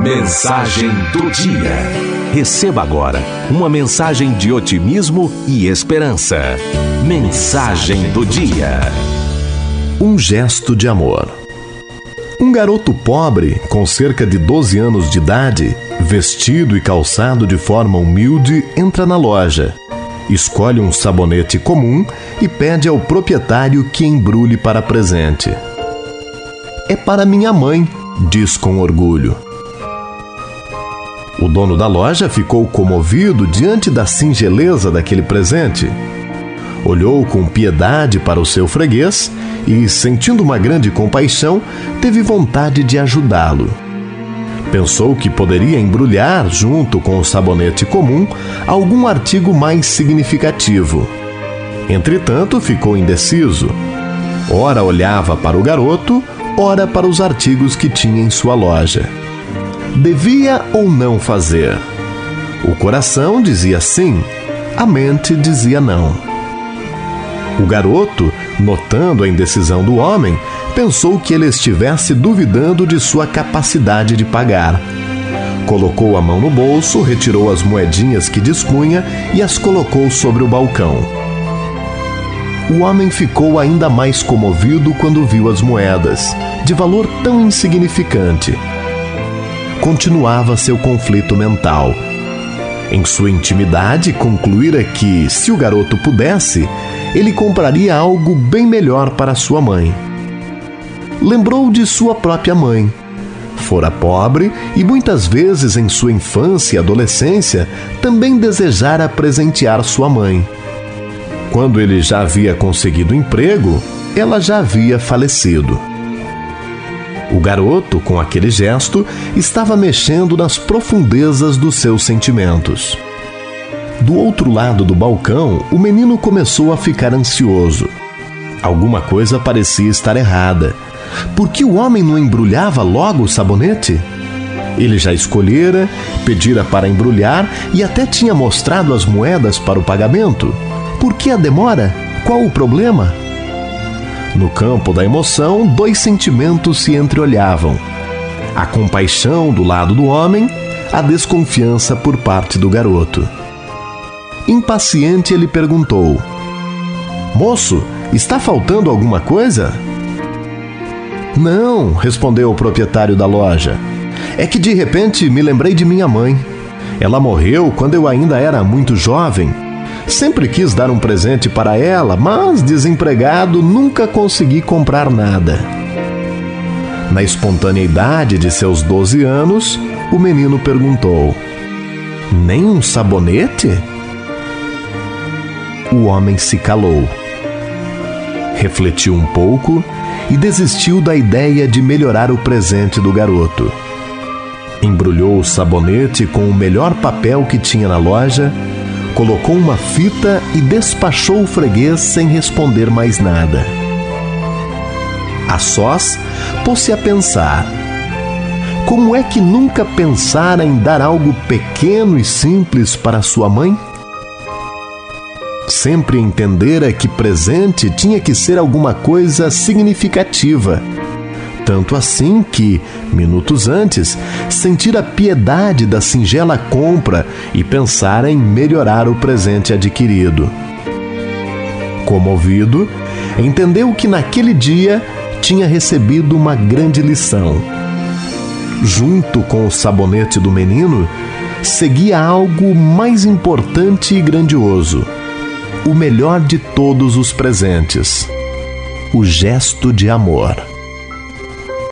Mensagem do dia. Receba agora uma mensagem de otimismo e esperança. Mensagem do dia. Um gesto de amor. Um garoto pobre, com cerca de 12 anos de idade, vestido e calçado de forma humilde, entra na loja. Escolhe um sabonete comum e pede ao proprietário que embrulhe para presente. "É para minha mãe", diz com orgulho. O dono da loja ficou comovido diante da singeleza daquele presente. Olhou com piedade para o seu freguês e, sentindo uma grande compaixão, teve vontade de ajudá-lo. Pensou que poderia embrulhar, junto com o sabonete comum, algum artigo mais significativo. Entretanto, ficou indeciso. Ora olhava para o garoto, ora para os artigos que tinha em sua loja. Devia ou não fazer? O coração dizia sim, a mente dizia não. O garoto, notando a indecisão do homem, pensou que ele estivesse duvidando de sua capacidade de pagar. Colocou a mão no bolso, retirou as moedinhas que dispunha e as colocou sobre o balcão. O homem ficou ainda mais comovido quando viu as moedas, de valor tão insignificante. Continuava seu conflito mental. Em sua intimidade, concluíra que, se o garoto pudesse, ele compraria algo bem melhor para sua mãe. Lembrou de sua própria mãe. Fora pobre e muitas vezes em sua infância e adolescência também desejara presentear sua mãe. Quando ele já havia conseguido emprego, ela já havia falecido. O garoto, com aquele gesto, estava mexendo nas profundezas dos seus sentimentos. Do outro lado do balcão, o menino começou a ficar ansioso. Alguma coisa parecia estar errada. Por que o homem não embrulhava logo o sabonete? Ele já escolhera, pedira para embrulhar e até tinha mostrado as moedas para o pagamento. Por que a demora? Qual o problema? No campo da emoção, dois sentimentos se entreolhavam: a compaixão do lado do homem, a desconfiança por parte do garoto. Impaciente, ele perguntou: "Moço, está faltando alguma coisa?" "Não", respondeu o proprietário da loja. "É que de repente me lembrei de minha mãe. Ela morreu quando eu ainda era muito jovem. Sempre quis dar um presente para ela, mas, desempregado, nunca consegui comprar nada." Na espontaneidade de seus 12 anos, o menino perguntou: "Nem um sabonete?" O homem se calou. Refletiu um pouco e desistiu da ideia de melhorar o presente do garoto. Embrulhou o sabonete com o melhor papel que tinha na loja, colocou uma fita e despachou o freguês sem responder mais nada. A sós, pôs-se a pensar: como é que nunca pensara em dar algo pequeno e simples para sua mãe? Sempre entendera que presente tinha que ser alguma coisa significativa. Tanto assim que, minutos antes, sentira piedade da singela compra e pensara em melhorar o presente adquirido. Comovido, entendeu que naquele dia tinha recebido uma grande lição. Junto com o sabonete do menino, seguia algo mais importante e grandioso: o melhor de todos os presentes: o gesto de amor.